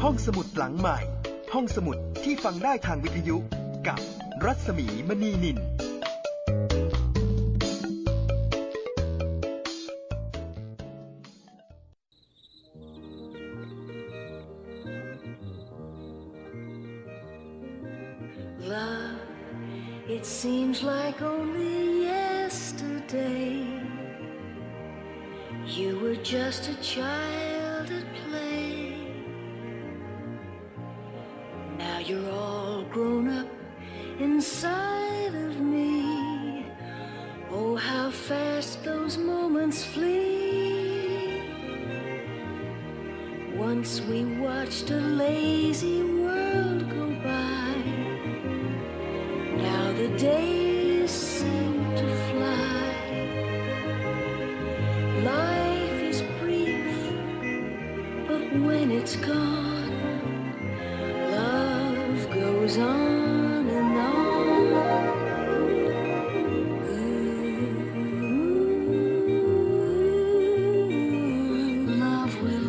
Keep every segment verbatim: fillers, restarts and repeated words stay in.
ห้องสมุดหลังใหม่ห้องสมุดที่ฟังได้ทางวิทยุกับรัศมีมณีนิน Love, it seems like only yesterday you were just a child at play. Now you're all grown up inside of me. Oh, how fast those moments flee. Once we watched a lazy world go by.Now the days seem to fly. Life is brief, but when it's gone, love goes on and on. Ooh, love will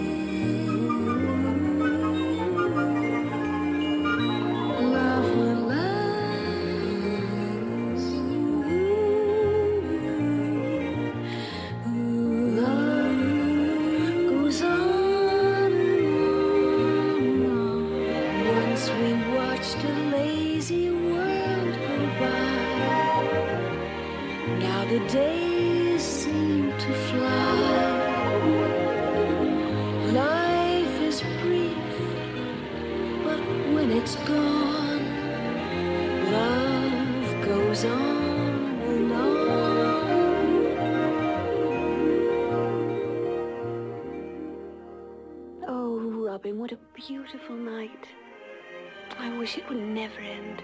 live.Love will last.Love goes on and on. Once we watched a lazy world go by. Now the days seem to fly. Life is brief, but when it's gone, love goes on and on.Oh, Robin, what a beautiful night. I wish it would never end.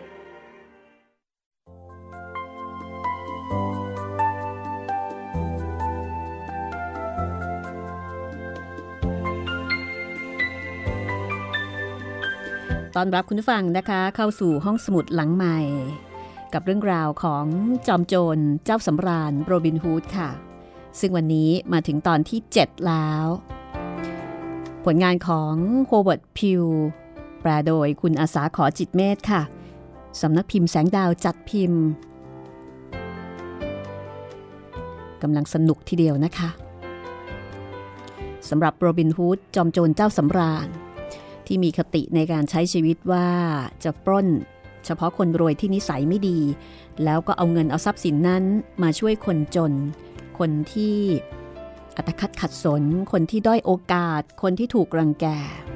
ต้อนรับคุณผู้ฟังนะคะเข้าสู่ห้องสมุดหลังใหม่กับเรื่องราวของจอมโจรเจ้าสำราญโรบินฮูดค่ะซึ่งวันนี้มาถึงตอนที่เจ็ดแล้วผลงานของโฮเวิร์ดพิวแปลโดยคุณอาสาขอจิตเมธค่ะสำนักพิมพ์แสงดาวจัดพิมพ์กำลังสนุกทีเดียวนะคะสำหรับโรบินฮูดจอมโจรเจ้าสำราญที่มีคติในการใช้ชีวิตว่าจะปล้นเฉพาะคนรวยที่นิสัยไม่ดีแล้วก็เอาเงินเอาทรัพย์สินนั้นมาช่วยคนจนคนที่อัตคัดขัดสนคนที่ด้อยโอกาสคนที่ถูกรังแก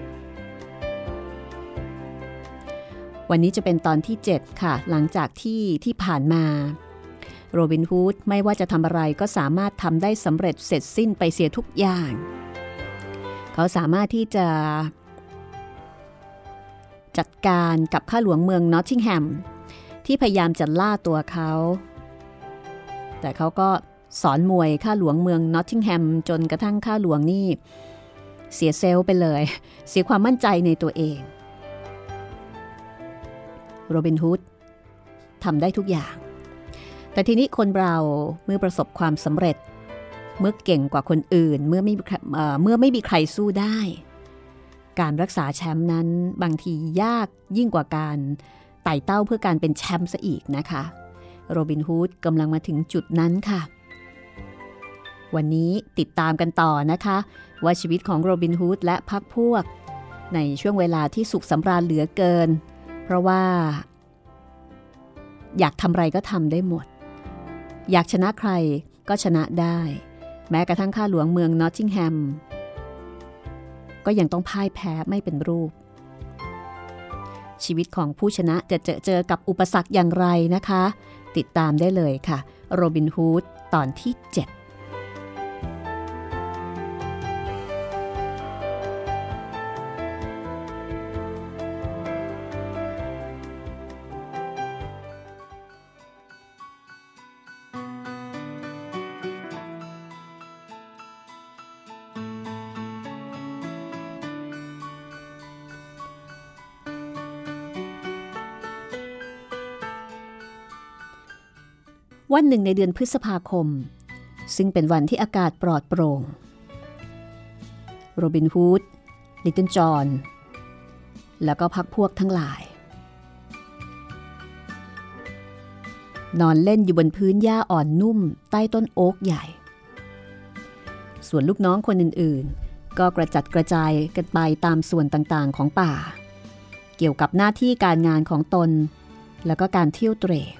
วันนี้จะเป็นตอนที่เจ็ดค่ะหลังจากที่ที่ผ่านมาโรบินฮูดไม่ว่าจะทำอะไรก็สามารถทำได้สำเร็จเสร็จสิ้นไปเสียทุกอย่างเขาสามารถที่จะจัดการกับข้าหลวงเมืองนอตติงแฮมที่พยายามจะล่าตัวเขาแต่เขาก็สอนมวยข้าหลวงเมืองนอตติงแฮมจนกระทั่งข้าหลวงนี่เสียเซลล์ไปเลยเสียความมั่นใจในตัวเองโรบินฮูดทำได้ทุกอย่างแต่ทีนี้คนเราเมื่อประสบความสำเร็จเมื่อเก่งกว่าคนอื่นเมื่อไม่เอ่อเมื่อไม่มีใครสู้ได้การรักษาแชมป์นั้นบางทียากยิ่งกว่าการไต่เต้าเพื่อการเป็นแชมป์ซะอีกนะคะโรบินฮูดกำลังมาถึงจุดนั้นค่ะวันนี้ติดตามกันต่อนะคะว่าชีวิตของโรบินฮูดและพรรคพวกในช่วงเวลาที่สุขสำราญเหลือเกินเพราะว่าอยากทำอะไรก็ทำได้หมดอยากชนะใครก็ชนะได้แม้กระทั่งข้าหลวงเมืองนอตติงแฮมก็ยังต้องพ่ายแพ้ไม่เป็นรูปชีวิตของผู้ชนะจะเจอเจอกับอุปสรรคอย่างไรนะคะติดตามได้เลยค่ะโรบินฮูดตอนที่เจ็ด วันหนึ่งในเดือนพฤษภาคมซึ่งเป็นวันที่อากาศปลอดโปร่งโรบินฮูดลิตเติ้ลจอห์นแล้วก็พรรคพวกทั้งหลายนอนเล่นอยู่บนพื้นหญ้าอ่อนนุ่มใต้ต้นโอ๊กใหญ่ส่วนลูกน้องคนอื่นๆก็กระจัดกระจายกันไปตามส่วนต่างๆของป่าเกี่ยวกับหน้าที่การงานของตนแล้วก็การเที่ยวเตร่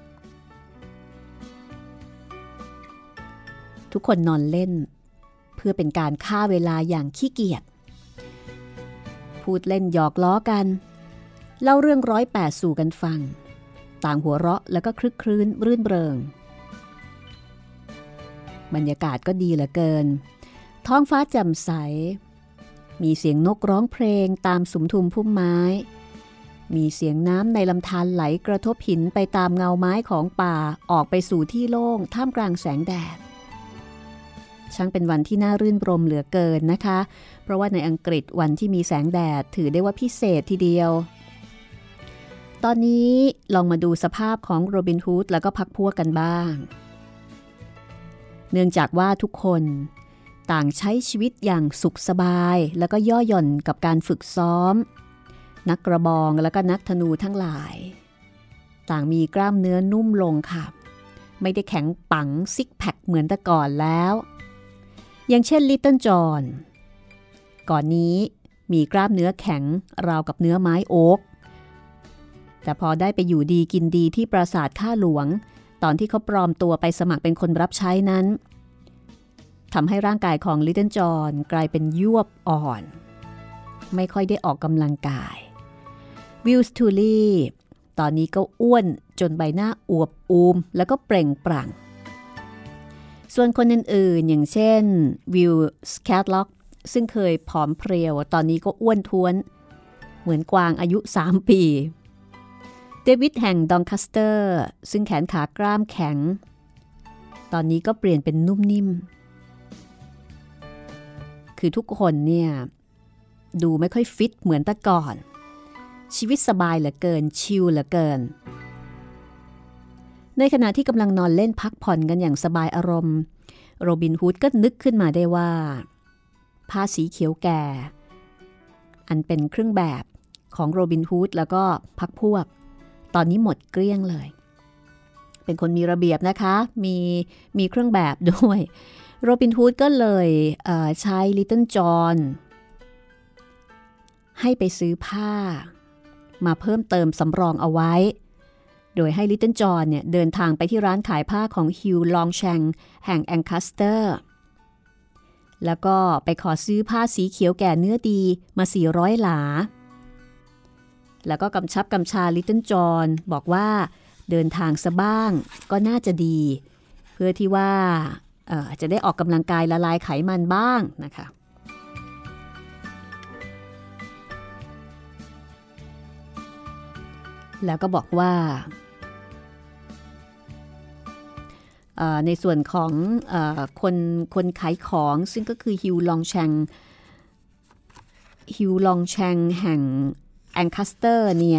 ทุกคนนอนเล่นเพื่อเป็นการฆ่าเวลาอย่างขี้เกียจพูดเล่นหยอกล้อกันเล่าเรื่องร้อยแปดสู่กันฟังต่างหัวเราะแล้วก็คลึกครื้นรื่นเริงบรรยากาศก็ดีเหลือเกินท้องฟ้าแจ่มใสมีเสียงนกร้องเพลงตามสุมทุมพุ่มไม้มีเสียงน้ำในลำธารไหลกระทบหินไปตามเงาไม้ของป่าออกไปสู่ที่โล่งท่ามกลางแสงแดดช่างเป็นวันที่น่ารื่นรมเหลือเกินนะคะเพราะว่าในอังกฤษวันที่มีแสงแดดถือได้ว่าพิเศษทีเดียวตอนนี้ลองมาดูสภาพของโรบินฮูดแล้วก็พรรคพวกกันบ้างเนื่องจากว่าทุกคนต่างใช้ชีวิตอย่างสุขสบายแล้วก็ย่อหย่อนกับการฝึกซ้อมนักกระบองแล้วก็นักธนูทั้งหลายต่างมีกล้ามเนื้อนุ่มลงค่ะไม่ได้แข็งปังซิกแพคเหมือนแต่ก่อนแล้วอย่างเช่นลิตเติ้ลจอห์นก่อนนี้มีกล้ามเนื้อแข็งราวกับเนื้อไม้โอ๊กแต่พอได้ไปอยู่ดีกินดีที่ปราสาทข้าหลวงตอนที่เขาปลอมตัวไปสมัครเป็นคนรับใช้นั้นทำให้ร่างกายของลิตเติ้ลจอห์นกลายเป็นยวบอ่อนไม่ค่อยได้ออกกำลังกายวิลส์ทูลี่ตอนนี้ก็อ้วนจนใบหน้าอวบอูมแล้วก็เปล่งปลั่งส่วนคนอื่นๆอย่างเช่นวิลสแคทล็อกซึ่งเคยผอมเพรียวตอนนี้ก็อ้วนท้วนเหมือนกวางอายุสามปีเดวิดแห่งดองคัสเตอร์ซึ่งแขนขากล้ามแข็งตอนนี้ก็เปลี่ยนเป็นนุ่มนิ่มคือทุกคนเนี่ยดูไม่ค่อยฟิตเหมือนแต่ก่อนชีวิตสบายเหลือเกินชิลเหลือเกินในขณะที่กำลังนอนเล่นพักผ่อนกันอย่างสบายอารมณ์โรบินฮูดก็นึกขึ้นมาได้ว่าผ้าสีเขียวแก่อันเป็นเครื่องแบบของโรบินฮูดแล้วก็พรรคพวกตอนนี้หมดเกลี้ยงเลยเป็นคนมีระเบียบนะคะมีมีเครื่องแบบด้วยโรบินฮูดก็เลยเอ่อใช้ลิตเติ้ลจอห์นให้ไปซื้อผ้ามาเพิ่มเติมสำรองเอาไว้โดยให้ลิตเติ้ลจอห์นเนี่ยเดินทางไปที่ร้านขายผ้าของฮิวลองแชงแห่งแองคัสเตอร์แล้วก็ไปขอซื้อผ้าสีเขียวแก่เนื้อดีมาสี่ร้อยหลาแล้วก็กำชับกำชาลิตเติ้ลจอห์นบอกว่าเดินทางซะบ้างก็น่าจะดีเพื่อที่ว่าเอ่อจะได้ออกกำลังกายละลายไขมันบ้างนะคะแล้วก็บอกว่าในส่วนของเอ่อคนคนขายของซึ่งก็คือฮิวลองแชงฮิวลองแชงแห่งแองคัสเตอร์เนี่ย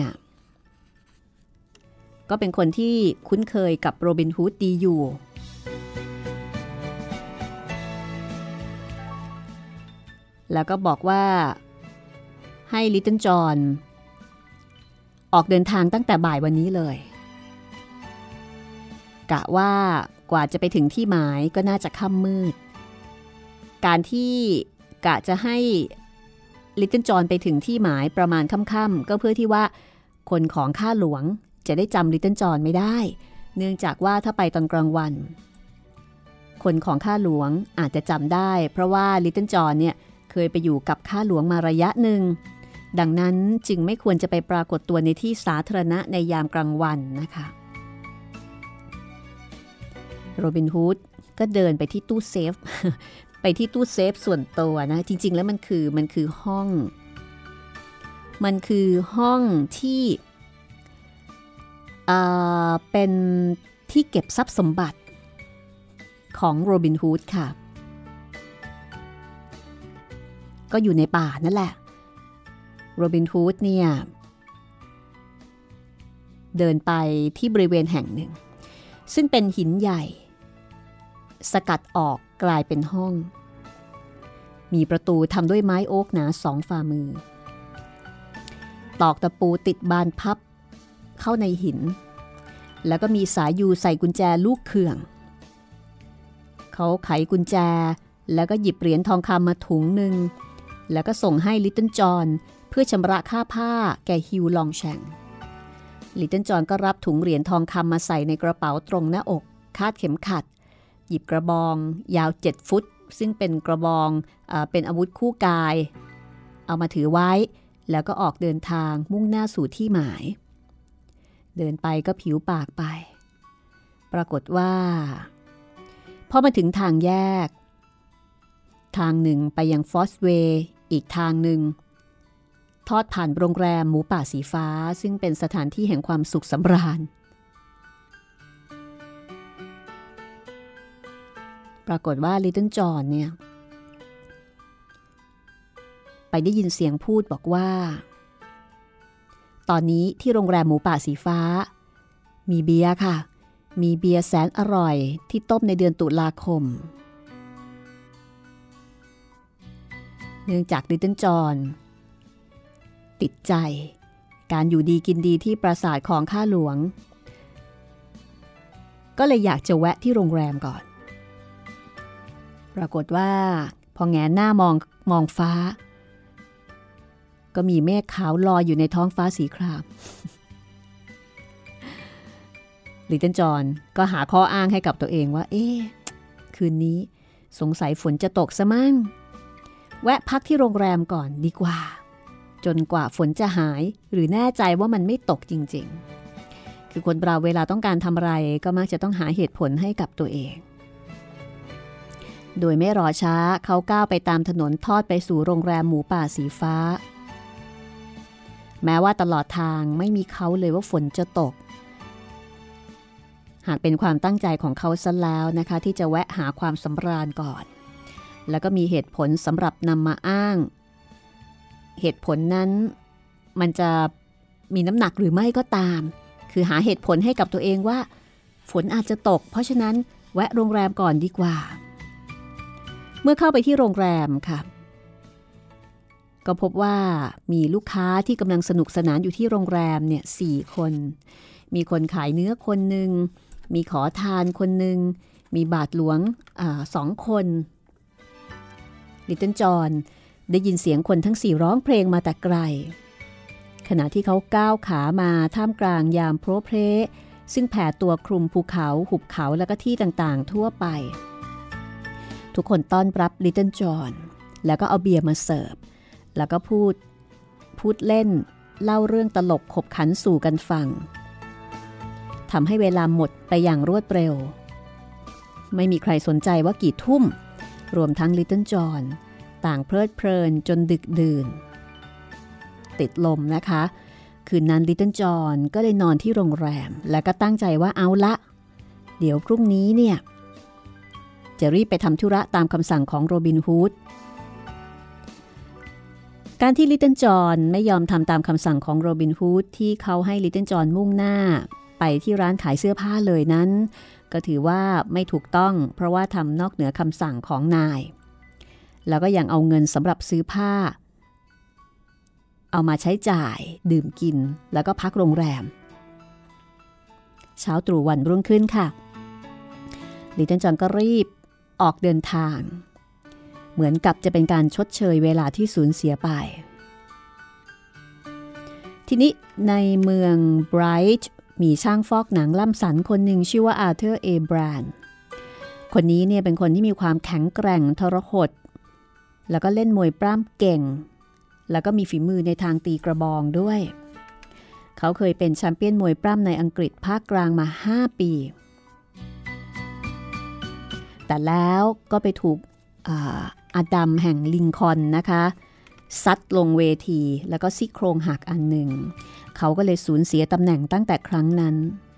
ก็เป็นคนที่คุ้นเคยกับโรบินฮูดดีอยู่แล้วก็บอกว่าให้ลิตเติ้ลจอห์นออกเดินทางตั้งแต่บ่ายวันนี้เลยกะว่ากว่าจะไปถึงที่หมายก็น่าจะค่ำมืดการที่กะจะให้ลิตเติ้ลจอห์นไปถึงที่หมายประมาณค่ำๆก็เพื่อที่ว่าคนของข้าหลวงจะได้จำลิตเติ้ลจอห์นไม่ได้เนื่องจากว่าถ้าไปตอนกลางวันคนของข้าหลวงอาจจะจำได้เพราะว่าลิตเติ้ลจอห์นเนี่ยเคยไปอยู่กับข้าหลวงมาระยะหนึ่งดังนั้นจึงไม่ควรจะไปปรากฏตัวในที่สาธารณะในยามกลางวันนะคะโรบินฮูดก็เดินไปที่ตู้เซฟ ไปที่ตู้เซฟส่วนตัวนะจริงๆแล้วมันคือมันคือห้องมันคือห้องที่เอ่อเป็นที่เก็บทรัพย์สมบัติของโรบินฮูดค่ะก็อยู่ในป่านั่นแหละโรบินฮูดเนี่ยเดินไปที่บริเวณแห่งหนึ่งซึ่งเป็นหินใหญ่สกัดออกกลายเป็นห้องมีประตูทำด้วยไม้โอ๊กหนาสองฝ่ามือตอกตะปูติดบานพับเข้าในหินแล้วก็มีสายยูใส่กุญแจลูกเขื่องเขาไขกุญแจแล้วก็หยิบเหรียญทองคำมาถุงหนึ่งแล้วก็ส่งให้ลิตเติ้ลจอห์นเพื่อชำระค่าผ้าแก่ฮิวลองแชงลิตเติ้ลจอห์นก็รับถุงเหรียญทองคำมาใส่ในกระเป๋าตรงหน้าอกคาดเข็มขัดหยิบกระบองยาวเจ็ดฟุตซึ่งเป็นกระบองเอ่อเป็นอาวุธคู่กายเอามาถือไว้แล้วก็ออกเดินทางมุ่งหน้าสู่ที่หมายเดินไปก็ผิวปากไปปรากฏว่าพอมาถึงทางแยกทางหนึ่งไปยังฟอสเวย์อีกทางหนึ่งทอดผ่านโรงแรมหมูป่าสีฟ้าซึ่งเป็นสถานที่แห่งความสุขสำราญปรากฏว่าลิตเติ้ลจอห์นเนี่ยไปได้ยินเสียงพูดบอกว่าตอนนี้ที่โรงแรมหมูป่าสีฟ้ามีเบียร์ค่ะมีเบียร์แสนอร่อยที่ต้มในเดือนตุลาคมเนื่องจากลิตเติ้ลจอห์นติดใจการอยู่ดีกินดีที่ปราสาทของข้าหลวงก็เลยอยากจะแวะที่โรงแรมก่อนปรากฏว่าพอแงนหน้ามองมองฟ้าก็มีเมฆขาวลอยอยู่ในท้องฟ้าสีครามลิตเติ้ลจอห์นก็หาข้ออ้างให้กับตัวเองว่าเอ๊ะคืนนี้สงสัยฝนจะตกซะมั่งแวะพักที่โรงแรมก่อนดีกว่าจนกว่าฝนจะหายหรือแน่ใจว่ามันไม่ตกจริงๆคือคนเราเวลาต้องการทำอะไรก็มักจะต้องหาเหตุผลให้กับตัวเองโดยไม่รอช้าเขาก้าวไปตามถนนทอดไปสู่โรงแรมหมูป่าสีฟ้าแม้ว่าตลอดทางไม่มีเขาเลยว่าฝนจะตกหากเป็นความตั้งใจของเขาซะแล้วนะคะที่จะแวะหาความสำราญก่อนแล้วก็มีเหตุผลสำหรับนำมาอ้างเหตุผลนั้นมันจะมีน้ำหนักหรือไม่ก็ตามคือหาเหตุผลให้กับตัวเองว่าฝนอาจจะตกเพราะฉะนั้นแวะโรงแรมก่อนดีกว่าเมื่อเข้าไปที่โรงแรมค่ะก็พบว่ามีลูกค้าที่กำลังสนุกสนานอยู่ที่โรงแรมเนี่ยสี่คนมีคนขายเนื้อคนหนึ่งมีขอทานคนหนึ่งมีบาทหลวงอ่าสองคนลิตเติ้ลจอห์นได้ยินเสียงคนทั้งสี่ร้องเพลงมาแต่ไกลขณะที่เขาก้าวขามาท่ามกลางยามโพรเพลซึ่งแผ่ตัวคลุมภูเขาหุบเขาและก็ที่ต่างๆทั่วไปทุกคนต้อนรับลิตเติ้ลจอห์นแล้วก็เอาเบียร์มาเสิร์ฟแล้วก็พูดพูดเล่นเล่าเรื่องตลกขบขันสู่กันฟังทำให้เวลาหมดไปอย่างรวดเร็วไม่มีใครสนใจว่ากี่ทุ่มรวมทั้งลิตเติ้ลจอห์นต่างเพลิดเพลินจนดึกดื่นติดลมนะคะคืนนั้นลิตเติ้ลจอห์นก็ได้นอนที่โรงแรมและก็ตั้งใจว่าเอาละเดี๋ยวพรุ่งนี้เนี่ยจะรีบไปทำธุระตามคำสั่งของโรบินฮูดการที่ลิตเติ้ลจอห์นไม่ยอมทำตามคำสั่งของโรบินฮูดที่เขาให้ลิตเติ้ลจอห์นมุ่งหน้าไปที่ร้านขายเสื้อผ้าเลยนั้นก็ถือว่าไม่ถูกต้องเพราะว่าทำนอกเหนือคำสั่งของนายแล้วก็ยังเอาเงินสำหรับซื้อผ้าเอามาใช้จ่ายดื่มกินแล้วก็พักโรงแรมเช้าตรู่วันรุ่งขึ้นค่ะลิตเติ้ลจอห์นก็รีบออกเดินทางเหมือนกับจะเป็นการชดเชยเวลาที่สูญเสียไปทีนี้ในเมืองไบรท์มีช่างฟอกหนังล่ำสันคนหนึ่งชื่อว่าอาร์เธอร์เอแบรนด์คนนี้เนี่ยเป็นคนที่มีความแข็งแกร่งทรหดแล้วก็เล่นมวยปล้ำเก่งแล้วก็มีฝีมือในทางตีกระบองด้วยเขาเคยเป็นแชมเปี้ยนมวยปล้ำในอังกฤษภาคกลางมาห้าปีแต่แล้วก็ไปถูกอาดัมแห่งลิงคอล์นนะคะซัดลงเวทีแล้วก็ซี่โครงหักอันหนึ่งเขาก็เลยสูญเสียตำแหน่งตั้งแต่ครั้งนั้น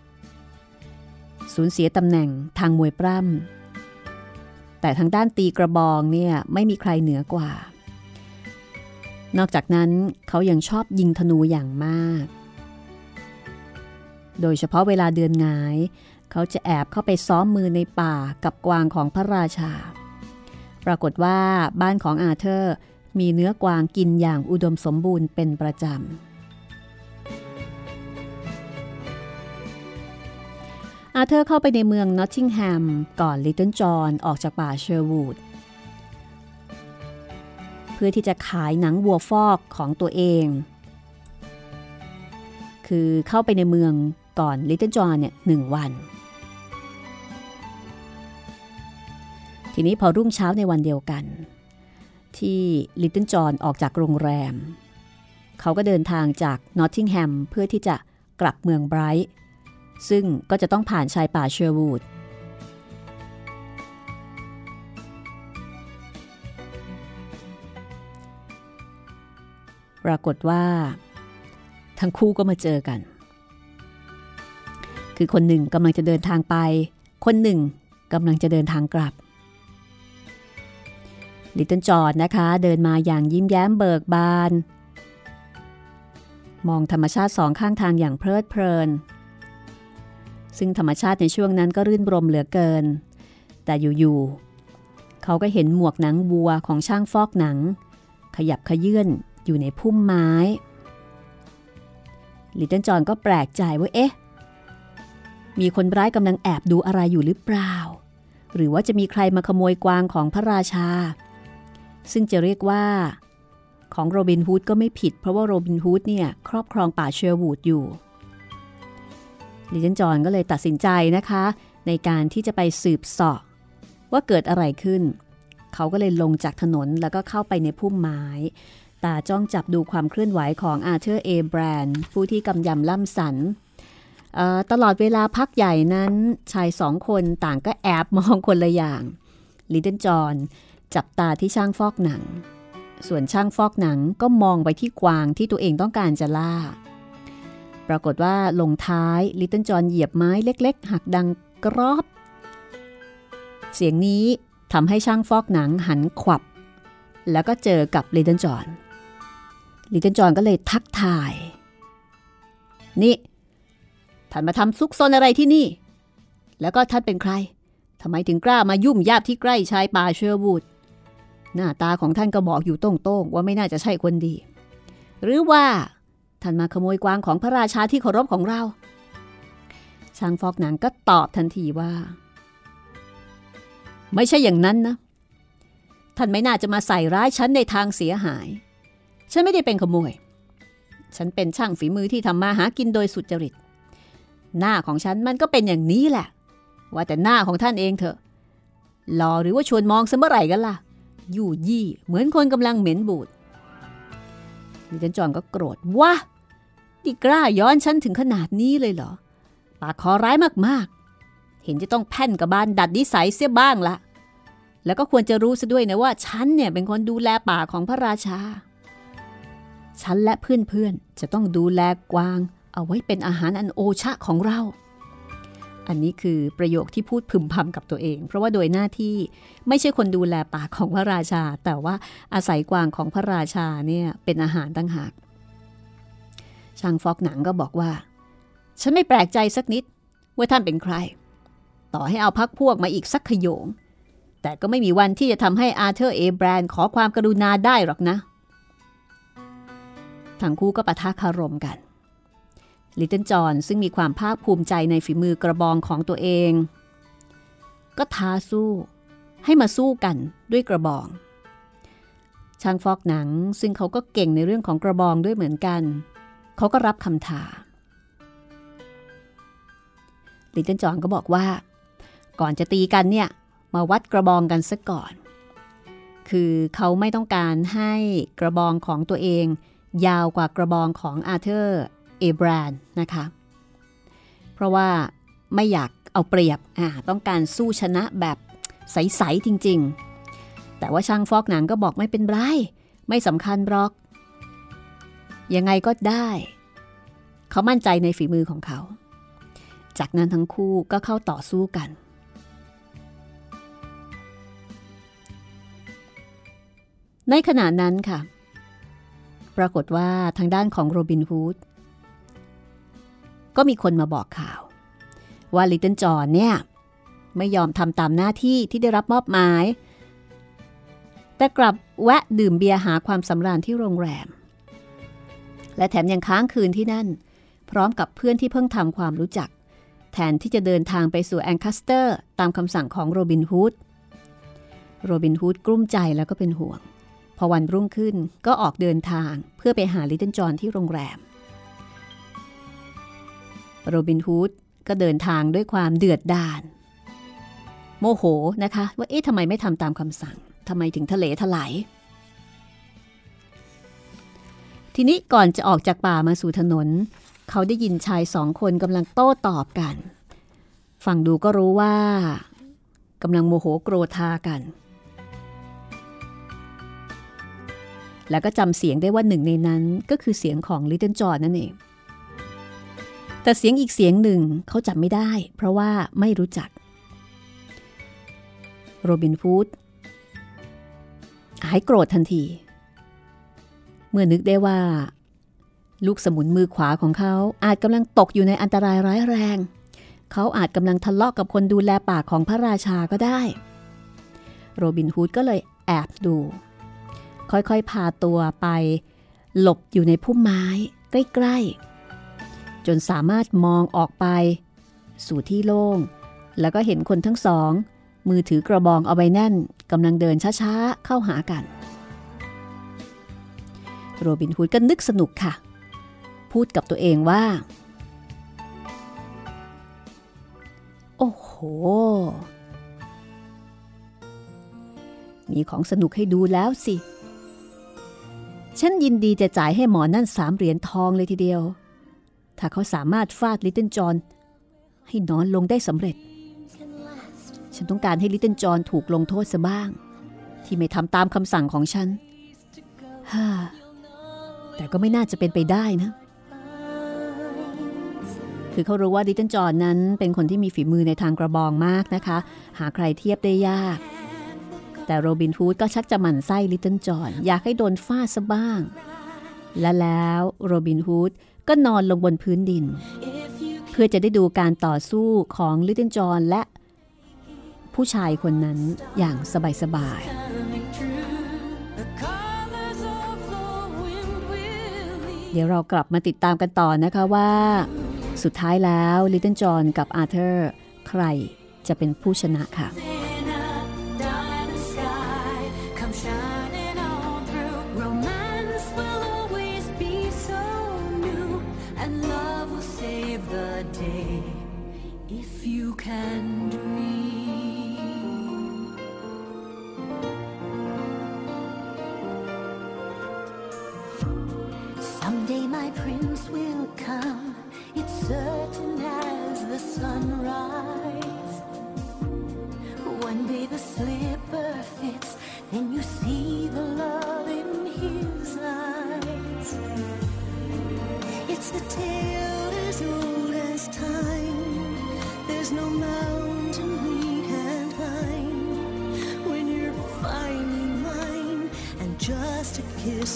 สูญเสียตำแหน่งทางมวยปล้ำแต่ทางด้านตีกระบองเนี่ยไม่มีใครเหนือกว่านอกจากนั้นเขายังชอบยิงธนูอย่างมากโดยเฉพาะเวลาเดือนหงายเขาจะแอบเข้าไปซ้อมมือในป่ากับกวางของพระราชาปรากฏว่าบ้านของอาเธอร์มีเนื้อกวางกินอย่างอุดมสมบูรณ์เป็นประจเธอร์เข้าไปในเมืองนอตติงแฮมก่อนลิตเติ้ลจอห์นออกจากป่าเชอร์วูดเพื่อที่จะขายหนังวัวฟอกของตัวเองคือเข้าไปในเมืองก่อนลิตเติ้ลจอห์นเนี่ยหนึ่งวันทีนี้พอรุ่งเช้าในวันเดียวกันที่ลิตเติ้ลจอห์นออกจากโรงแรมเขาก็เดินทางจากนอตติงแฮมเพื่อที่จะกลับเมืองไบรท์ซึ่งก็จะต้องผ่านชายป่าเชอร์วูดปรากฏว่าทั้งคู่ก็มาเจอกันคือคนหนึ่งกำลังจะเดินทางไปคนหนึ่งกำลังจะเดินทางกลับลิตเติ้ลจอห์นนะคะเดินมาอย่างยิ้มแย้มเบิกบานมองธรรมชาติสองข้างทางอย่างเพลิดเพลินซึ่งธรรมชาติในช่วงนั้นก็รื่นรมเหลือเกินแต่อยู่ๆเขาก็เห็นหมวกหนังวัวของช่างฟอกหนังขยับขยื่นอยู่ในพุ่มไม้ลิตเติ้ลจอห์นก็แปลกใจว่าเอ๊ะมีคนร้ายกำลังแอบดูอะไรอยู่หรือเปล่าหรือว่าจะมีใครมาขโมยกวางของพระราชาซึ่งจะเรียกว่าของโรบินฮูดก็ไม่ผิดเพราะว่าโรบินฮูดเนี่ยครอบครองป่าเชอร์วูดอยู่ลิตเติ้ลจอห์นก็เลยตัดสินใจนะคะในการที่จะไปสืบเสาะว่าเกิดอะไรขึ้นเขาก็เลยลงจากถนนแล้วก็เข้าไปในพุ่มไม้ตาจ้องจับดูความเคลื่อนไหวของอาร์เธอร์ เอ แบรนด์ผู้ที่กำยำล่ำสันตลอดเวลาพักใหญ่นั้นชายสองคนต่างก็แอบมองคนละอย่างลิตเติ้ลจอห์นจับตาที่ช่างฟอกหนังส่วนช่างฟอกหนังก็มองไปที่กวางที่ตัวเองต้องการจะล่าปรากฏว่าลงท้ายลิตเติ้ลจอห์นเหยียบไม้เล็กๆหักดังกรอบเสียงนี้ทำให้ช่างฟอกหนังหันขวับแล้วก็เจอกับลิตเติ้ลจอห์นลิตเติ้ลจอห์นก็เลยทักทายนี่ท่านมาทำซุกซนอะไรที่นี่แล้วก็ท่านเป็นใครทำไมถึงกล้ามายุ่มย่ามที่ใกล้ชายป่าเชอร์วูดหน้าตาของท่านก็บอกอยู่โต้งๆว่าไม่น่าจะใช่คนดีหรือว่าท่านมาขโมยกวางของพระราชาที่เคารพของเราช่างฟอกหนังก็ตอบทันทีว่าไม่ใช่อย่างนั้นนะท่านไม่น่าจะมาใส่ร้ายฉันในทางเสียหายฉันไม่ได้เป็นขโมยฉันเป็นช่างฝีมือที่ทำมาหากินโดยสุจริตหน้าของฉันมันก็เป็นอย่างนี้แหละว่าแต่หน้าของท่านเองเถอะหล่อหรือว่าชวนมองซะเมื่อไหร่กันล่ะยู่ยี่เหมือนคนกำลังเหม็นบูดลิตเติ้ลจอห์นก็โกรธว่านี่กล้าย้อนฉันถึงขนาดนี้เลยเหรอปากคอร้ายมากๆเห็นจะต้องแพ่นกับบานดัดนิสัยเสียบ้างละแล้วก็ควรจะรู้ซะด้วยนะว่าฉันเนี่ยเป็นคนดูแลป่าของพระราชาฉันและเพื่อนๆจะต้องดูแลกวางเอาไว้เป็นอาหารอันโอชะของเราอันนี้คือประโยคที่พูดพึมพำกับตัวเองเพราะว่าโดยหน้าที่ไม่ใช่คนดูแลป่าของพระราชาแต่ว่าอาศัยกวางของพระราชาเนี่ยเป็นอาหารต่างหากช่างฟอกหนังก็บอกว่าฉันไม่แปลกใจสักนิดว่าท่านเป็นใครต่อให้เอาพรรคพวกมาอีกสักขโยงแต่ก็ไม่มีวันที่จะทำให้อาร์เธอร์ เอ แบรนด์ขอความกรุณาได้หรอกนะทั้งคู่ก็ปะทะคารมกันลิตเติ้ลจอห์นซึ่งมีความภาคภูมิใจในฝีมือกระบองของตัวเองก็ท้าสู้ให้มาสู้กันด้วยกระบองช่างฟอกหนังซึ่งเขาก็เก่งในเรื่องของกระบองด้วยเหมือนกันเขาก็รับคำท้าลิตเติ้ลจอห์นก็บอกว่าก่อนจะตีกันเนี่ยมาวัดกระบองกันซะก่อนคือเขาไม่ต้องการให้กระบองของตัวเองยาวกว่ากระบองของอาร์เธอร์เอ แบรนด์นะคะเพราะว่าไม่อยากเอาเปรียบอ่าต้องการสู้ชนะแบบใสๆจริงๆแต่ว่าช่างฟอกหนังก็บอกไม่เป็นไรไม่สำคัญหรอกยังไงก็ได้เขามั่นใจในฝีมือของเขาจากนั้นทั้งคู่ก็เข้าต่อสู้กันในขณะนั้นค่ะปรากฏว่าทางด้านของโรบินฮูดก็มีคนมาบอกข่าวว่าลิตเติ้ลจอห์นเนี่ยไม่ยอมทำตามหน้าที่ที่ได้รับมอบหมายแต่กลับแวะดื่มเบียร์หาความสำราญที่โรงแรมและแถมยังค้างคืนที่นั่นพร้อมกับเพื่อนที่เพิ่งทำความรู้จักแทนที่จะเดินทางไปสู่แองคัสเตอร์ตามคำสั่งของโรบินฮูดโรบินฮูดกลุ้มใจแล้วก็เป็นห่วงพอวันรุ่งขึ้นก็ออกเดินทางเพื่อไปหาลิตเติ้ลจอห์นที่โรงแรมโรบินฮูดก็เดินทางด้วยความเดือดดาลโมโหนะคะว่าเอ๊ะทำไมไม่ทำตามคำสั่งทำไมถึงทะเลถลายทีนี้ก่อนจะออกจากป่ามาสู่ถนนเขาได้ยินชายสองคนกำลังโต้ตอบกันฟังดูก็รู้ว่ากำลังโมโหโกรธากันแล้วก็จำเสียงได้ว่าหนึ่งในนั้นก็คือเสียงของลิตเติ้ลจอห์นนั่นเองแต่เสียงอีกเสียงหนึ่งเขาจำไม่ได้เพราะว่าไม่รู้จักโรบินฮูดหายโกรธทันทีเมื่อนึกได้ว่าลูกสมุนมือขวาของเขาอาจกำลังตกอยู่ในอันตรายร้ายแรงเขาอาจกำลังทะเลาะกับคนดูแลป่าของพระราชาก็ได้โรบินฮูดก็เลยแอบดูค่อยๆพาตัวไปหลบอยู่ในพุ่มไม้ใกล้ๆจนสามารถมองออกไปสู่ที่โล่งแล้วก็เห็นคนทั้งสองมือถือกระบองเอาไว้แน่นกำลังเดินช้าๆเข้าหากันโรบินฮูดก็นึกสนุกค่ะพูดกับตัวเองว่าโอ้โหมีของสนุกให้ดูแล้วสิฉันยินดีจะจ่ายให้หมอนั่นสามเหรียญทองเลยทีเดียวถ้าเขาสามารถฟาดลิตเติ้ลจอห์นให้นอนลงได้สำเร็จฉันต้องการให้ลิตเติ้ลจอห์นถูกลงโทษซะบ้างที่ไม่ทำตามคำสั่งของฉันฮ่าแต่ก็ไม่น่าจะเป็นไปได้นะคือเขารู้ว่าลิตเติ้ลจอห์นนั้นเป็นคนที่มีฝีมือในทางกระบองมากนะคะหาใครเทียบได้ยากแต่โรบินฮูดก็ชักจะหมั่นไส้ลิตเติ้ลจอห์นอยากให้โดนฟาดซะบ้างและแล้วโรบินฮูดก็นอนลงบนพื้นดินเพื่อจะได้ดูการต่อสู้ของลิตเติ้ลจอห์นและผู้ชายคนนั้นอย่างสบายๆเดี๋ยวเรากลับมาติดตามกันต่อนะคะว่าสุดท้ายแล้วลิตเติ้ลจอห์นกับอาร์เธอร์ใครจะเป็นผู้ชนะค่ะ Someday my prince will come, it's certain as the sunrise. One day the slipper fits, then you see the love in his eyes. It's a tale as old as time, there's no mountain we can't climb. When you're finally mine and just a kiss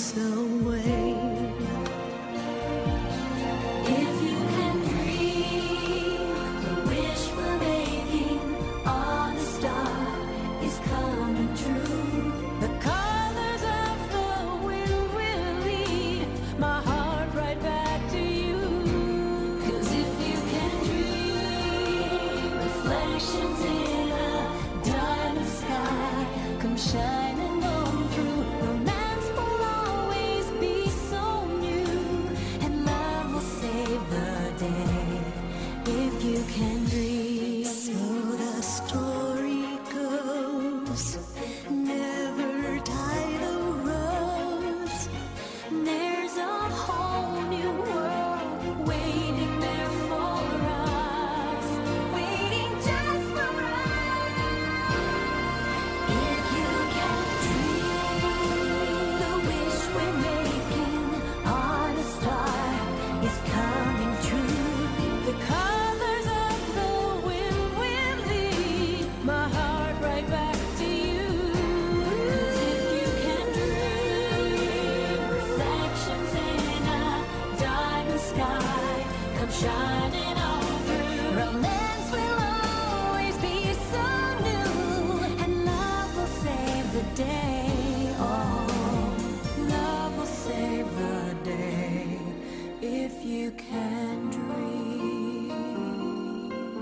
you can dream.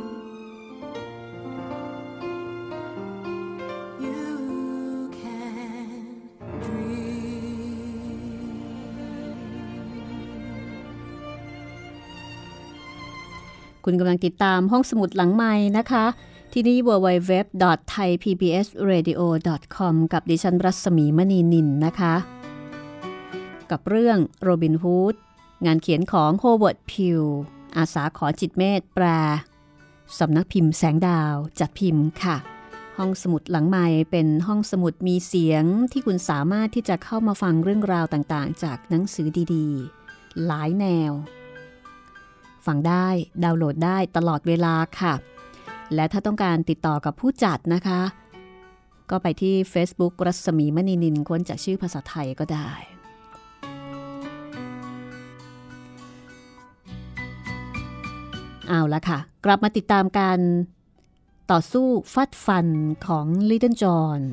คุณกำลังติดตามห้องสมุดหลังไมค์นะคะที่นี่ ดับเบิลยู ดับเบิลยู ดับเบิลยู ดอท ไทย พี บี เอส เรดิโอ ดอท คอม กับดิฉันรัศมีมณีนินนะคะกับเรื่องโรบินฮูดงานเขียนของโฮเวิร์ดพิวอาสาขอจิตเมธแปลสำนักพิมพ์แสงดาวจัดพิมพ์ค่ะห้องสมุดหลังไมค์เป็นห้องสมุดมีเสียงที่คุณสามารถที่จะเข้ามาฟังเรื่องราวต่างๆจากหนังสือดีๆหลายแนวฟังได้ดาวน์โหลดได้ตลอดเวลาค่ะและถ้าต้องการติดต่อกับผู้จัดนะคะก็ไปที่ Facebook รัศมีมณีนินค้นจากชื่อภาษาไทยก็ได้เอาละค่ะกลับมาติดตามการต่อสู้ฟัดฟันของ Little John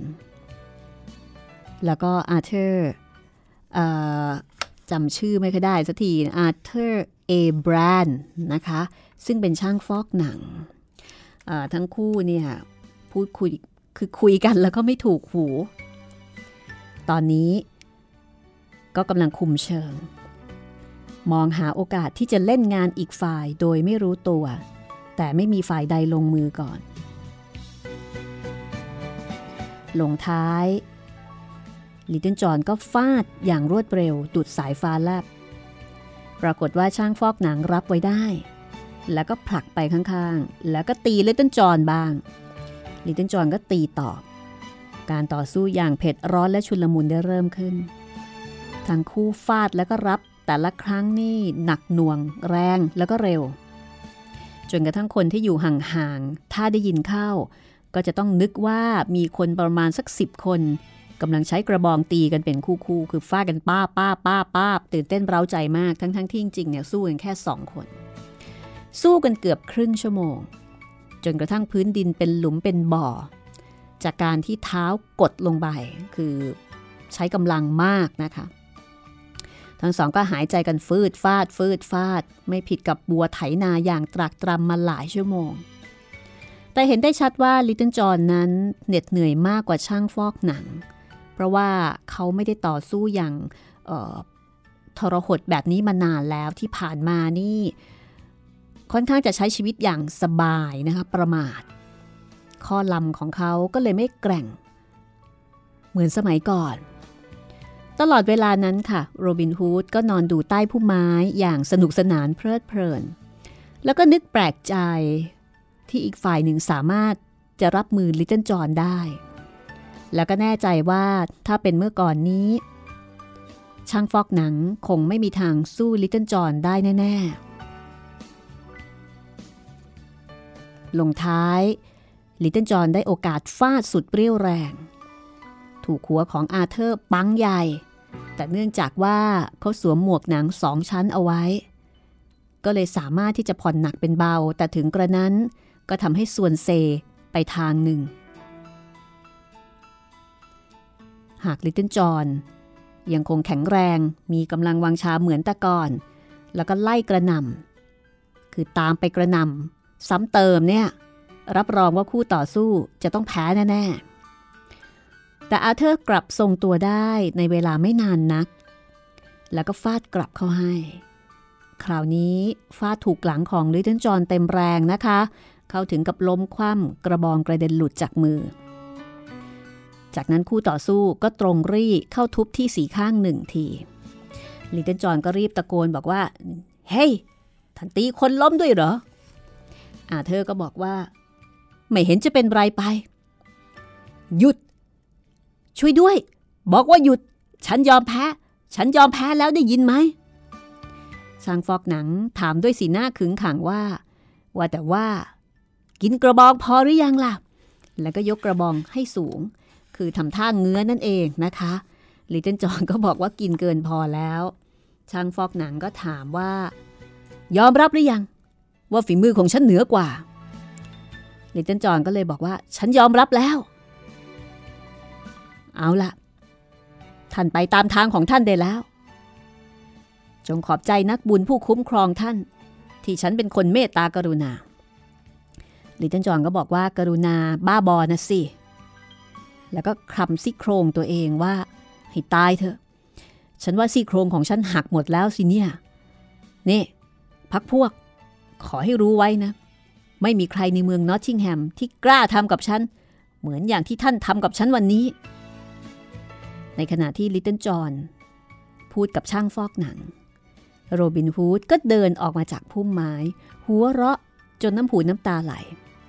แล้วก็อาร์เธอร์จำชื่อไม่ค่อยได้สักทีอาร์เธอร์เอแบรนด์นะคะซึ่งเป็นช่างฟอกหนังทั้งคู่เนี่ยพูดคุยคือคุยกันแล้วก็ไม่ถูกหูตอนนี้ก็กำลังคุมเชิงมองหาโอกาสที่จะเล่นงานอีกฝ่ายโดยไม่รู้ตัวแต่ไม่มีฝ่ายใดลงมือก่อนลงท้ายลิตเติ้ลจอห์นก็ฟาดอย่างรวดเร็วดุดสายฟ้าแลบปรากฏว่าช่างฟอกหนังรับไว้ได้แล้วก็ผลักไปข้างๆแล้วก็ตีลิตเติ้ลจอห์นบ้างลิตเติ้ลจอห์นก็ตีตอบการต่อสู้อย่างเผ็ดร้อนและชุลมุนได้เริ่มขึ้นทั้งคู่ฟาดแล้วก็รับแต่ละครั้งนี่หนักหน่วงแรงแล้วก็เร็วจนกระทั่งคนที่อยู่ห่างๆถ้าได้ยินเข้าก็จะต้องนึกว่ามีคนประมาณสักสิบคนกำลังใช้กระบองตีกันเป็นคู่ๆคือฟาดกันป้าป้าป้าป้าตื่นเต้นเร้าใจมากทั้งๆที่จริงๆเนี่ยสู้กันแค่สองคนสู้กันเกือบครึ่งชั่วโมงจนกระทั่งพื้นดินเป็นหลุมเป็นบ่อจากการที่เท้ากดลงไปคือใช้กำลังมากนะคะทั้งสองก็หายใจกันฟืดฟาดฟืดฟาดไม่ผิดกับบัวไถนาอย่างตรากตรำมาหลายชั่วโมงแต่เห็นได้ชัดว่าลิตเติ้ลจอห์นนั้นเหน็ดเหนื่อยมากกว่าช่างฟอกหนังเพราะว่าเขาไม่ได้ต่อสู้อย่างทรหดแบบนี้มานานแล้วที่ผ่านมานี่ค่อนข้างจะใช้ชีวิตอย่างสบายนะคะประมาทข้อลำของเขาก็เลยไม่แกร่งเหมือนสมัยก่อนตลอดเวลานั้นค่ะโรบินฮูดก็นอนดูใต้พุ่มไม้อย่างสนุกสนานเพลิดเพลินแล้วก็นึกแปลกใจที่อีกฝ่ายหนึ่งสามารถจะรับมือลิตเติ้ลจอห์นได้แล้วก็แน่ใจว่าถ้าเป็นเมื่อก่อนนี้ช่างฟอกหนังคงไม่มีทางสู้ลิตเติ้ลจอห์นได้แน่ๆลงท้ายลิตเติ้ลจอห์นได้โอกาสฟาดสุดเปรี้ยวแรงถูกหัวของอาร์เธอร์ปังใหญ่แต่เนื่องจากว่าเขาสวมหมวกหนังสองชั้นเอาไว้ก็เลยสามารถที่จะผ่อนหนักเป็นเบาแต่ถึงกระนั้นก็ทำให้ส่วนเซไปทางหนึ่งหากลิตเติ้ลจอห์นยังคงแข็งแรงมีกำลังวังชาเหมือนแต่ก่อนแล้วก็ไล่กระหน่ำคือตามไปกระหน่ำซ้ำเติมเนี่ยรับรองว่าคู่ต่อสู้จะต้องแพ้แน่ๆแต่อาร์เธอร์กลับทรงตัวได้ในเวลาไม่นานนักแล้วก็ฟาดกลับเข้าให้คราวนี้ฟาดถูกหลังของลิตเติ้ลจอห์นเต็มแรงนะคะเข้าถึงกับล้มคว่ำกระบองกระเด็นหลุดจากมือจากนั้นคู่ต่อสู้ก็ตรงรี่เข้าทุบที่สีข้างหนึ่งทีลิตเติ้ลจอห์นก็รีบตะโกนบอกว่าเฮ้ยท่านตีคนล้มด้วยเหรออาเธอร์ก็บอกว่าไม่เห็นจะเป็นไรไปหยุดช่วยด้วยบอกว่าหยุดฉันยอมแพ้ฉันยอมแพ้แล้วได้ยินไหมช่างฟอกหนังถามด้วยสีหน้าขึงขังว่าว่าแต่ว่ากินกระบองพอหรือยังล่ะแล้วก็ยกกระบองให้สูงคือทำท่าเงื้อนั่นเองนะคะลิตเติ้ลจอห์นก็บอกว่ากินเกินพอแล้วช่างฟอกหนังก็ถามว่ายอมรับหรือยังว่าฝีมือของฉันเหนือกว่าลิตเติ้ลจอห์นก็เลยบอกว่าฉันยอมรับแล้วเอาล่ะท่านไปตามทางของท่านได้แล้วจงขอบใจนักบุญผู้คุ้มครองท่านที่ฉันเป็นคนเมตตากรุณาลิตเติ้ลจอห์นก็บอกว่ากรุณาบ้าบอนะสิแล้วก็คลำซี่โครงตัวเองว่าให้ตายเถอะฉันว่าซี่โครงของฉันหักหมดแล้วสิเนี่ยนี่พักพวกขอให้รู้ไว้นะไม่มีใครในเมืองนอตติงแฮมที่กล้าทำกับฉันเหมือนอย่างที่ท่านทำกับฉันวันนี้ในขณะที่ลิตเติ้ลจอห์นพูดกับช่างฟอกหนังโรบินฮูดก็เดินออกมาจากพุ่มไม้หัวเราะจนน้ำหูน้ำตาไหล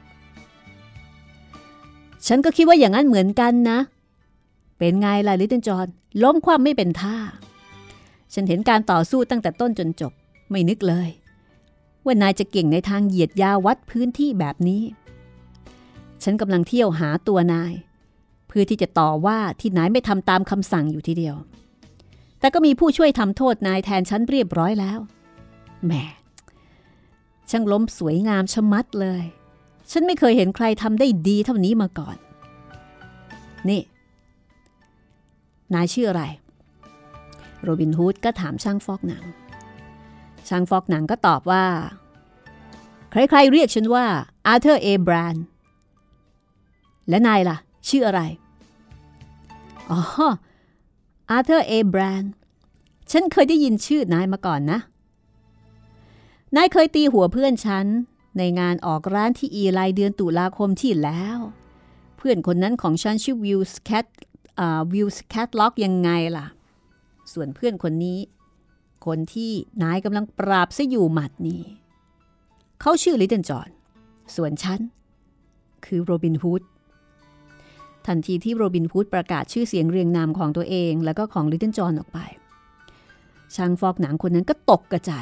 ฉันก็คิดว่าอย่างนั้นเหมือนกันนะเป็นไงล่ะลิตเติ้ลจอห์นล้มคว่ำไม่เป็นท่าฉันเห็นการต่อสู้ตั้งแต่ต้นจนจบไม่นึกเลยว่านายจะเก่งในทางเหยียดยาววัดพื้นที่แบบนี้ฉันกำลังเที่ยวหาตัวนายเพื่อที่จะต่อว่าที่นายไม่ทำตามคำสั่งอยู่ทีเดียวแต่ก็มีผู้ช่วยทำโทษนายแทนฉันเรียบร้อยแล้วแหมช่างล้มสวยงามชะมัดเลยฉันไม่เคยเห็นใครทำได้ดีเท่านี้มาก่อนนี่นายชื่ออะไรโรบินฮูดก็ถามช่างฟอกหนังช่างฟอกหนังก็ตอบว่าใครๆเรียกฉันว่าอาร์เธอร์เอแบรนด์และนายล่ะชื่ออะไรอ๋ออาร์เธอร์เอแบรนด์ฉันเคยได้ยินชื่อนายมาก่อนนะนายเคยตีหัวเพื่อนฉันในงานออกร้านที่อีไลเดือนตุลาคมที่แล้วเพื่อนคนนั้นของฉันชื่อวิลส์แคทอ่าวิลส์แคทล็อกยังไงล่ะส่วนเพื่อนคนนี้คนที่นายกำลังปราบซะอยู่หมัดนี่เขาชื่อลิตเติ้ลจอห์นส่วนฉันคือโรบินฮูดทันทีที่โรบินฮูดประกาศชื่อเสียงเรียงนามของตัวเองแล้วก็ของลิตเติ้ลจอห์นออกไปช่างฟอกหนังคนนั้นก็ตกกระจาย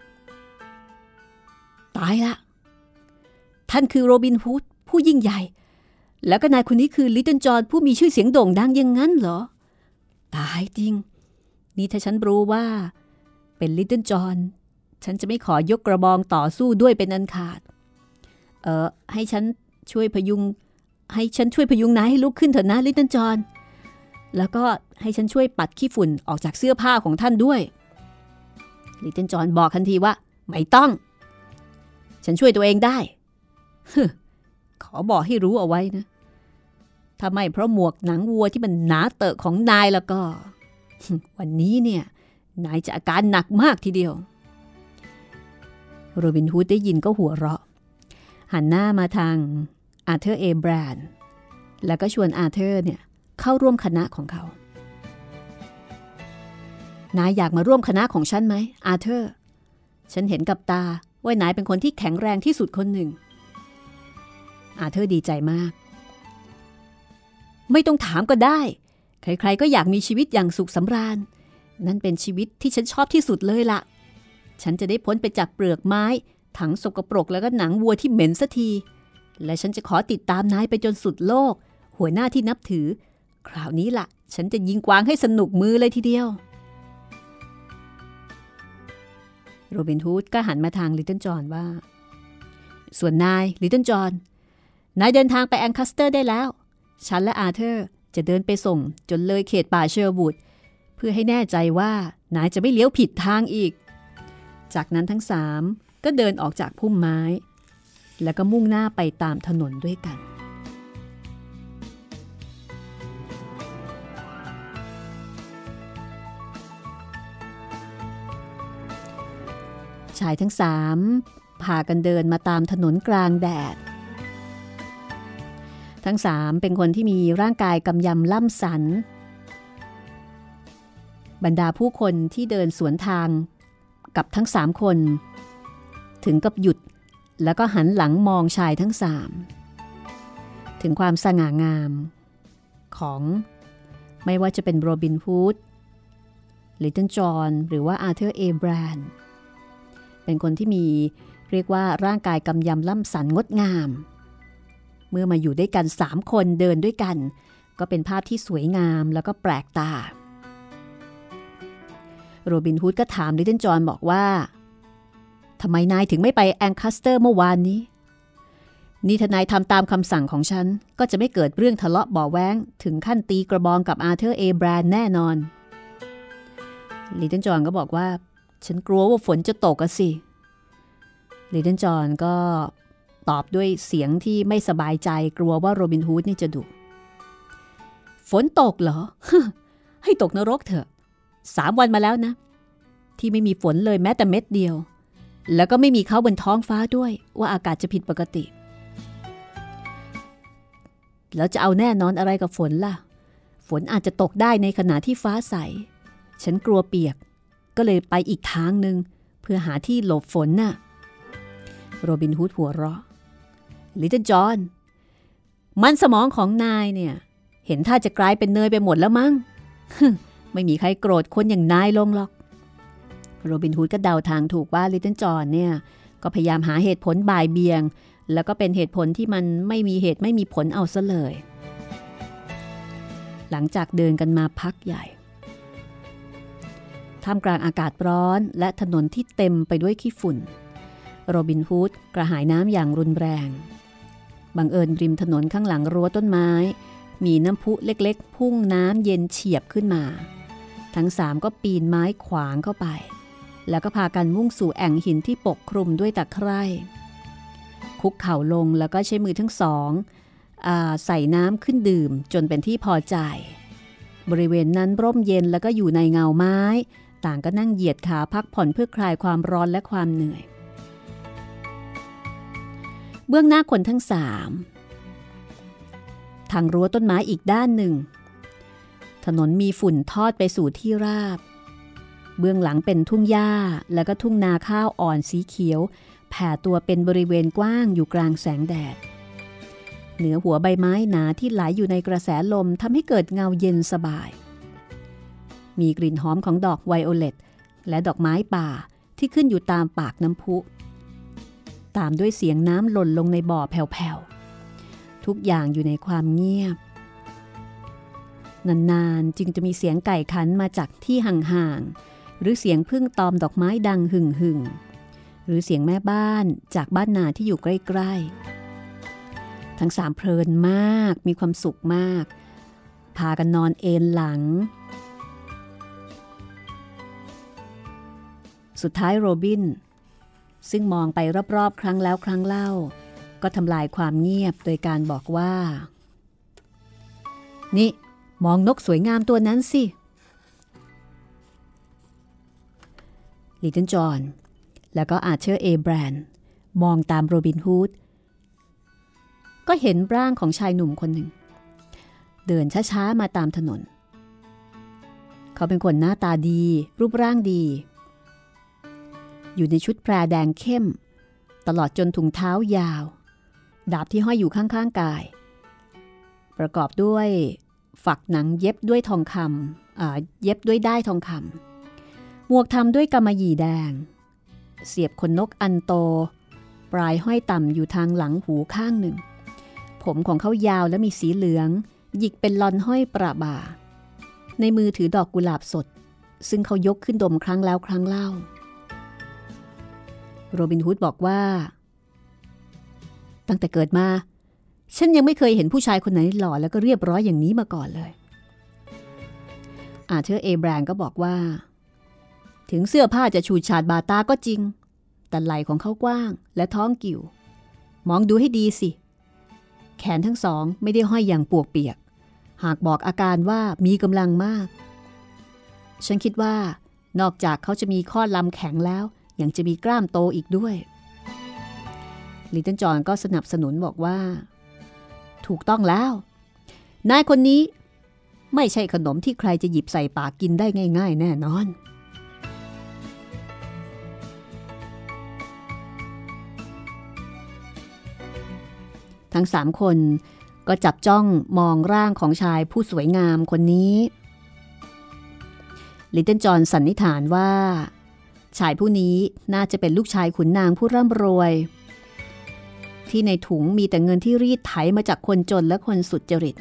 ตายละท่านคือโรบินฮูดผู้ยิ่งใหญ่แล้วก็นายคนนี้คือลิตเติ้ลจอห์นผู้มีชื่อเสียงโด่งดังอย่างนั้นเหรอตายจริงนี่ถ้าฉันรู้ว่าเป็นลิตเติ้ลจอห์นฉันจะไม่ขอยกกระบองต่อสู้ด้วยเป็นอันขาดเออให้ฉันช่วยพยุงให้ฉันช่วยพยุงนายให้ลุกขึ้นเถอะนะลิตเติ้ลจอห์นแล้วก็ให้ฉันช่วยปัดขี้ฝุ่นออกจากเสื้อผ้าของท่านด้วยลิตเติ้ลจอห์นบอกทันทีว่าไม่ต้องฉันช่วยตัวเองได้ขอบอกให้รู้เอาไว้นะถ้าไม่เพราะหมวกหนังวัวที่มันหนาเตอะของนายแล้วก็วันนี้เนี่ยนายจะอาการหนักมากทีเดียวโรบินฮูดได้ยินก็หัวเราะหันหน้ามาทางอาร์เธอร์เอแบรนด์แล้วก็ชวนอาร์เธอร์เนี่ยเข้าร่วมคณะของเขานายอยากมาร่วมคณะของฉันไหมอาร์เธอร์ฉันเห็นกับตาว่านายเป็นคนที่แข็งแรงที่สุดคนหนึ่งอาร์เธอร์ดีใจมากไม่ต้องถามก็ได้ใครๆก็อยากมีชีวิตอย่างสุขสำราญนั่นเป็นชีวิตที่ฉันชอบที่สุดเลยล่ะฉันจะได้พ้นไปจากเปลือกไม้ถังสกปรกแล้วก็หนังวัวที่เหม็นสักทีและฉันจะขอติดตามนายไปจนสุดโลกหัวหน้าที่นับถือคราวนี้ล่ะฉันจะยิงกวางให้สนุกมือเลยทีเดียวโรบินฮูดก็หันมาทางลิตเติ้ลจอห์นว่าส่วนนายลิตเติ้ลจอห์นนายเดินทางไปแองคัสเตอร์ได้แล้วฉันและอาร์เธอร์จะเดินไปส่งจนเลยเขตป่าเชอร์วูดเพื่อให้แน่ใจว่านายจะไม่เลี้ยวผิดทางอีกจากนั้นทั้งสามก็เดินออกจากพุ่มไม้แล้วก็มุ่งหน้าไปตามถนนด้วยกันชายทั้งสามพากันเดินมาตามถนนกลางแดดทั้งสามเป็นคนที่มีร่างกายกำยำล่ำสันบรรดาผู้คนที่เดินสวนทางกับทั้งสามคนถึงกับหยุดแล้วก็หันหลังมองชายทั้งสามถึงความสง่างามของไม่ว่าจะเป็นโรบินฮูดลิตเติ้ลจอห์นหรือว่าอาร์เธอร์เอแบรนด์เป็นคนที่มีเรียกว่าร่างกายกำยำล่ำสันงดงามเมื่อมาอยู่ด้วยกันสามคนเดินด้วยกันก็เป็นภาพที่สวยงามแล้วก็แปลกตาโรบินฮูดก็ถามลิตเติ้ลจอห์นบอกว่าทำไมนายถึงไม่ไปแองคัสเตอร์เมื่อวานนี้นี่ทนายทำตามคำสั่งของฉันก็จะไม่เกิดเรื่องทะเลาะเบาะแว้งถึงขั้นตีกระบองกับอาร์เธอร์เอแบรนด์แน่นอนลิตเติ้ลจอห์นก็บอกว่าฉันกลัวว่าฝนจะตกอะสิลิตเติ้ลจอห์นก็ตอบด้วยเสียงที่ไม่สบายใจกลัวว่าโรบินฮูดนี่จะดุฝนตกเหรอ ให้ตกนรกเถอะสามวันมาแล้วนะที่ไม่มีฝนเลยแม้แต่เม็ดเดียวแล้วก็ไม่มีเขาบนท้องฟ้าด้วยว่าอากาศจะผิดปกติแล้วจะเอาแน่นอนอะไรกับฝนล่ะฝนอาจจะตกได้ในขณะที่ฟ้าใสฉันกลัวเปียกก็เลยไปอีกทางนึงเพื่อหาที่หลบฝนน่ะโรบินฮูดหัวเราะลิตเติ้ลจอห์นมันสมองของนายเนี่ยเห็นท่าจะกลายเป็นเนยไปหมดแล้วมั้ง ไม่มีใครโกรธคนอย่างนายลงหรอกโรบินฮูดก็เดาทางถูกว่าลิตเติ้ลจอห์นเนี่ยก็พยายามหาเหตุผลบ่ายเบียงแล้วก็เป็นเหตุผลที่มันไม่มีเหตุไม่มีผลเอาซะเลยหลังจากเดินกันมาพักใหญ่ท่ามกลางอากาศร้อนและถนนที่เต็มไปด้วยขี้ฝุ่นโรบินฮูดกระหายน้ำอย่างรุนแรงบังเอิญริมถนนข้างหลังรั้วต้นไม้มีน้ำพุเล็กๆพุ่งน้ำเย็นเฉียบขึ้นมาทั้งสามก็ปีนไม้ขวางเข้าไปแล้วก็พากันมุ่งสู่แอ่งหินที่ปกคลุมด้วยตะไคร่คุกเข่าลงแล้วก็ใช้มือทั้งสองใส่น้ำขึ้นดื่มจนเป็นที่พอใจบริเวณนั้นร่มเย็นแล้วก็อยู่ในเงาไม้ต่างก็นั่งเหยียดขาพักผ่อนเพื่อคลายความร้อนและความเหนื่อยเบื้องหน้าคนทั้งสามทางรั้วต้นไม้อีกด้านหนึ่งถนนมีฝุ่นทอดไปสู่ที่ราบเบื้องหลังเป็นทุ่งหญ้าแล้วก็ทุ่งนาข้าวอ่อนสีเขียวแผ่ตัวเป็นบริเวณกว้างอยู่กลางแสงแดดเหนือหัวใบไม้หนาที่ไหลอยู่ในกระแสลมทำให้เกิดเงาเย็นสบายมีกลิ่นหอมของดอกไวโอเลตและดอกไม้ป่าที่ขึ้นอยู่ตามปากน้ำพุตามด้วยเสียงน้ำหล่นลงในบ่อแผ่วๆทุกอย่างอยู่ในความเงียบนานๆจึงจะมีเสียงไก่ขันมาจากที่ห่างๆหรือเสียงผึ้งตอมดอกไม้ดังหึ่งๆหรือเสียงแม่บ้านจากบ้านนาที่อยู่ใกล้ๆทั้งสามเพลินมากมีความสุขมากพากันนอนเอนหลังสุดท้ายโรบินซึ่งมองไปรอบๆครั้งแล้วครั้งเล่าก็ทำลายความเงียบโดยการบอกว่านี่มองนกสวยงามตัวนั้นสิลิตเติ้ลจอห์นแล้วก็อาร์เชอร์เอแบรนด์มองตามโรบินฮูดก็เห็นร่างของชายหนุ่มคนหนึ่งเดินช้าๆมาตามถนนเขาเป็นคนหน้าตาดีรูปร่างดีอยู่ในชุดแพรแดงเข้มตลอดจนถุงเท้ายาวดาบที่ห้อยอยู่ข้างๆกายประกอบด้วยฝักหนังเย็บด้วยทองคำอ่าเย็บด้วยด้ายทองคำหมวกทำด้วยกำมะหยี่แดงเสียบขนนกอันโตปลายห้อยต่ำอยู่ทางหลังหูข้างหนึ่งผมของเขายาวและมีสีเหลืองหยิกเป็นลอนห้อยประบ่าในมือถือดอกกุหลาบสดซึ่งเขายกขึ้นดมครั้งแล้วครั้งเล่าโรบินฮูดบอกว่าตั้งแต่เกิดมาฉันยังไม่เคยเห็นผู้ชายคนไหนหล่อแล้วก็เรียบร้อยอย่างนี้มาก่อนเลยอาร์เธอร์เอแบรนด์ก็บอกว่าถึงเสื้อผ้าจะฉูดฉาดบาดตาก็จริงแต่ไหล่ของเขากว้างและท้องกิ่วมองดูให้ดีสิแขนทั้งสองไม่ได้ห้อยอย่างปวกเปียกหากบอกอาการว่ามีกำลังมากฉันคิดว่านอกจากเขาจะมีข้อลำแข็งแล้วยังจะมีกล้ามโตอีกด้วยลิตเติ้ลจอห์นก็สนับสนุนบอกว่าถูกต้องแล้วนายคนนี้ไม่ใช่ขนมที่ใครจะหยิบใส่ปากกินได้ง่ายๆแน่นอนทั้งสามคนก็จับจ้องมองร่างของชายผู้สวยงามคนนี้ลิตเติ้ลจอห์นสันนิษฐานว่าชายผู้นี้น่าจะเป็นลูกชายขุนนางผู้ร่ำรวยที่ในถุงมีแต่เงินที่รีดไถมาจากคนจนและคนสุจริต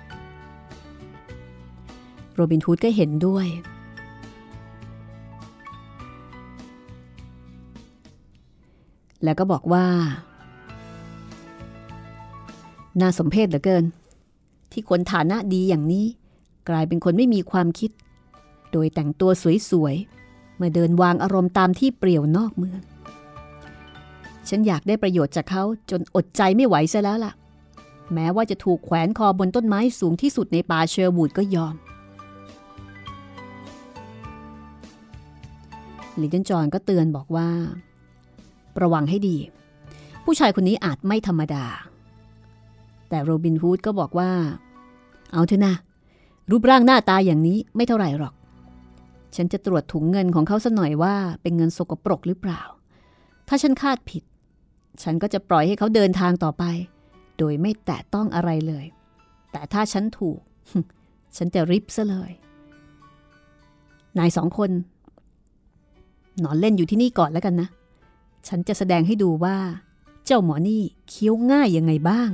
โรบินฮูดก็เห็นด้วยแล้วก็บอกว่าน่าสมเพชเหลือเกินที่คนฐานะดีอย่างนี้กลายเป็นคนไม่มีความคิดโดยแต่งตัวสวยๆมาเดินวางอารมณ์ตามที่เปรี่ยวนอกเมืองฉันอยากได้ประโยชน์จากเขาจนอดใจไม่ไหวซะแล้วล่ะแม้ว่าจะถูกแขวนคอบนต้นไม้สูงที่สุดในป่าเชอร์วูดก็ยอมลิตเติ้ลจอห์นก็เตือนบอกว่าระวังให้ดีผู้ชายคนนี้อาจไม่ธรรมดาแต่โรบินฮูดก็บอกว่าเอาเถอะนะรูปร่างหน้าตาอย่างนี้ไม่เท่าไหร่หรอกฉันจะตรวจถุงเงินของเขาสักหน่อยว่าเป็นเงินสกปรกหรือเปล่าถ้าฉันคาดผิดฉันก็จะปล่อยให้เขาเดินทางต่อไปโดยไม่แตะต้องอะไรเลยแต่ถ้าฉันถูก ฉันจะริบซะเลยนายสองคนนอนเล่นอยู่ที่นี่ก่อนแล้วกันนะฉันจะแสดงให้ดูว่าเจ้าหมอนี่เคี้ยวง่ายยังไงบ้าง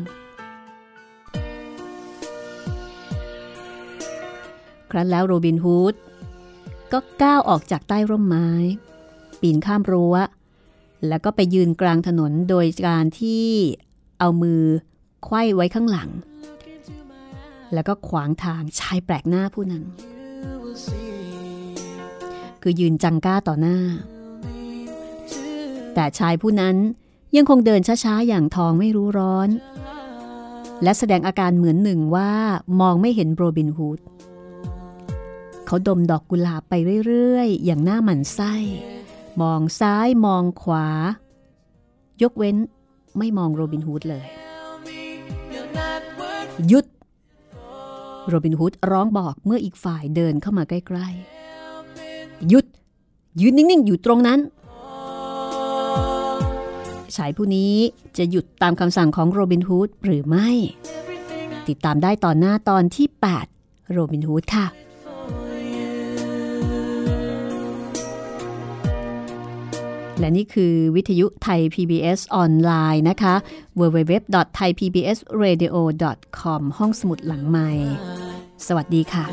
ครั้นแล้วโรบินฮูดก็ก้าวออกจากใต้ร่มไม้ปีนข้ามรั้วแล้วก็ไปยืนกลางถนนโดยการที่เอามือไขว้ไว้ข้างหลังแล้วก็ขวางทางชายแปลกหน้าผู้นั้นคือยืนจังก้าต่อหน้าแต่ชายผู้นั้นยังคงเดินช้าๆอย่างทองไม่รู้ร้อนและแสดงอาการเหมือนหนึ่งว่ามองไม่เห็นโรบินฮูดเขาดมดอกกุหลาบไปเรื่อยๆอย่างหน้าหมั่นไส้มองซ้ายมองขวายกเว้นไม่มองโรบินฮูดเลยหยุดโรบินฮูดร้องบอกเมื่ออีกฝ่ายเดินเข้ามาใกล้ๆหยุดยืนนิ่งๆอยู่ตรงนั้นชายผู้นี้จะหยุดตามคำสั่งของโรบินฮูดหรือไม่ติดตามได้ตอนหน้าตอนที่แปดโรบินฮูดค่ะและนี่คือวิทยุไทย พี บี เอส ออนไลน์นะคะ ดับเบิลยู ดับเบิลยู ดับเบิลยู ดอท ไทย พี บี เอส เรดิโอ ดอท คอม ห้องสมุดหลังไมค์สวัสดีค่ะ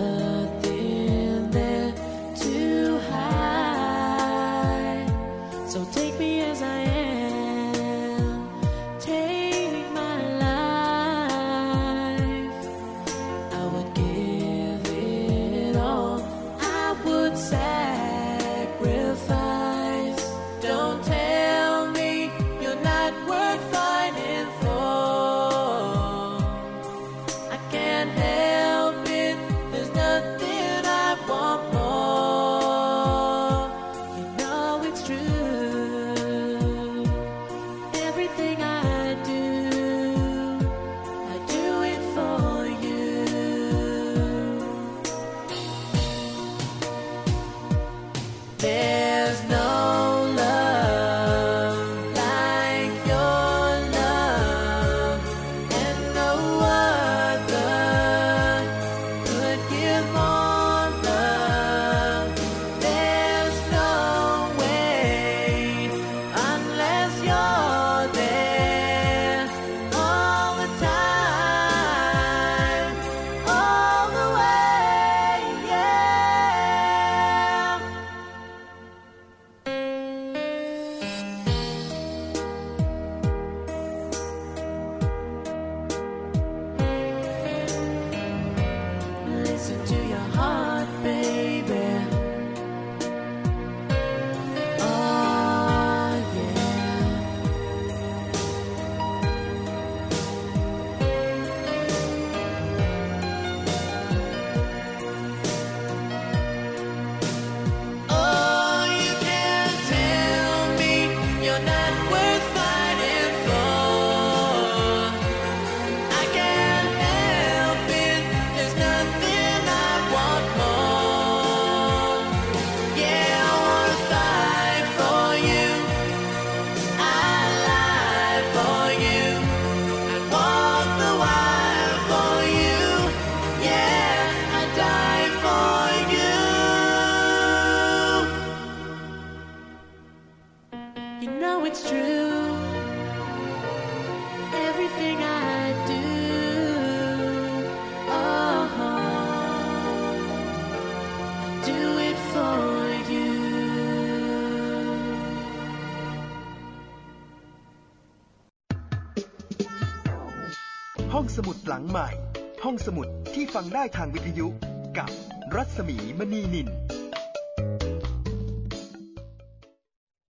ห้องสมุดหลังใหม่ห้องสมุดที่ฟังได้ทางวิทยุกับรัศมีมณีนิน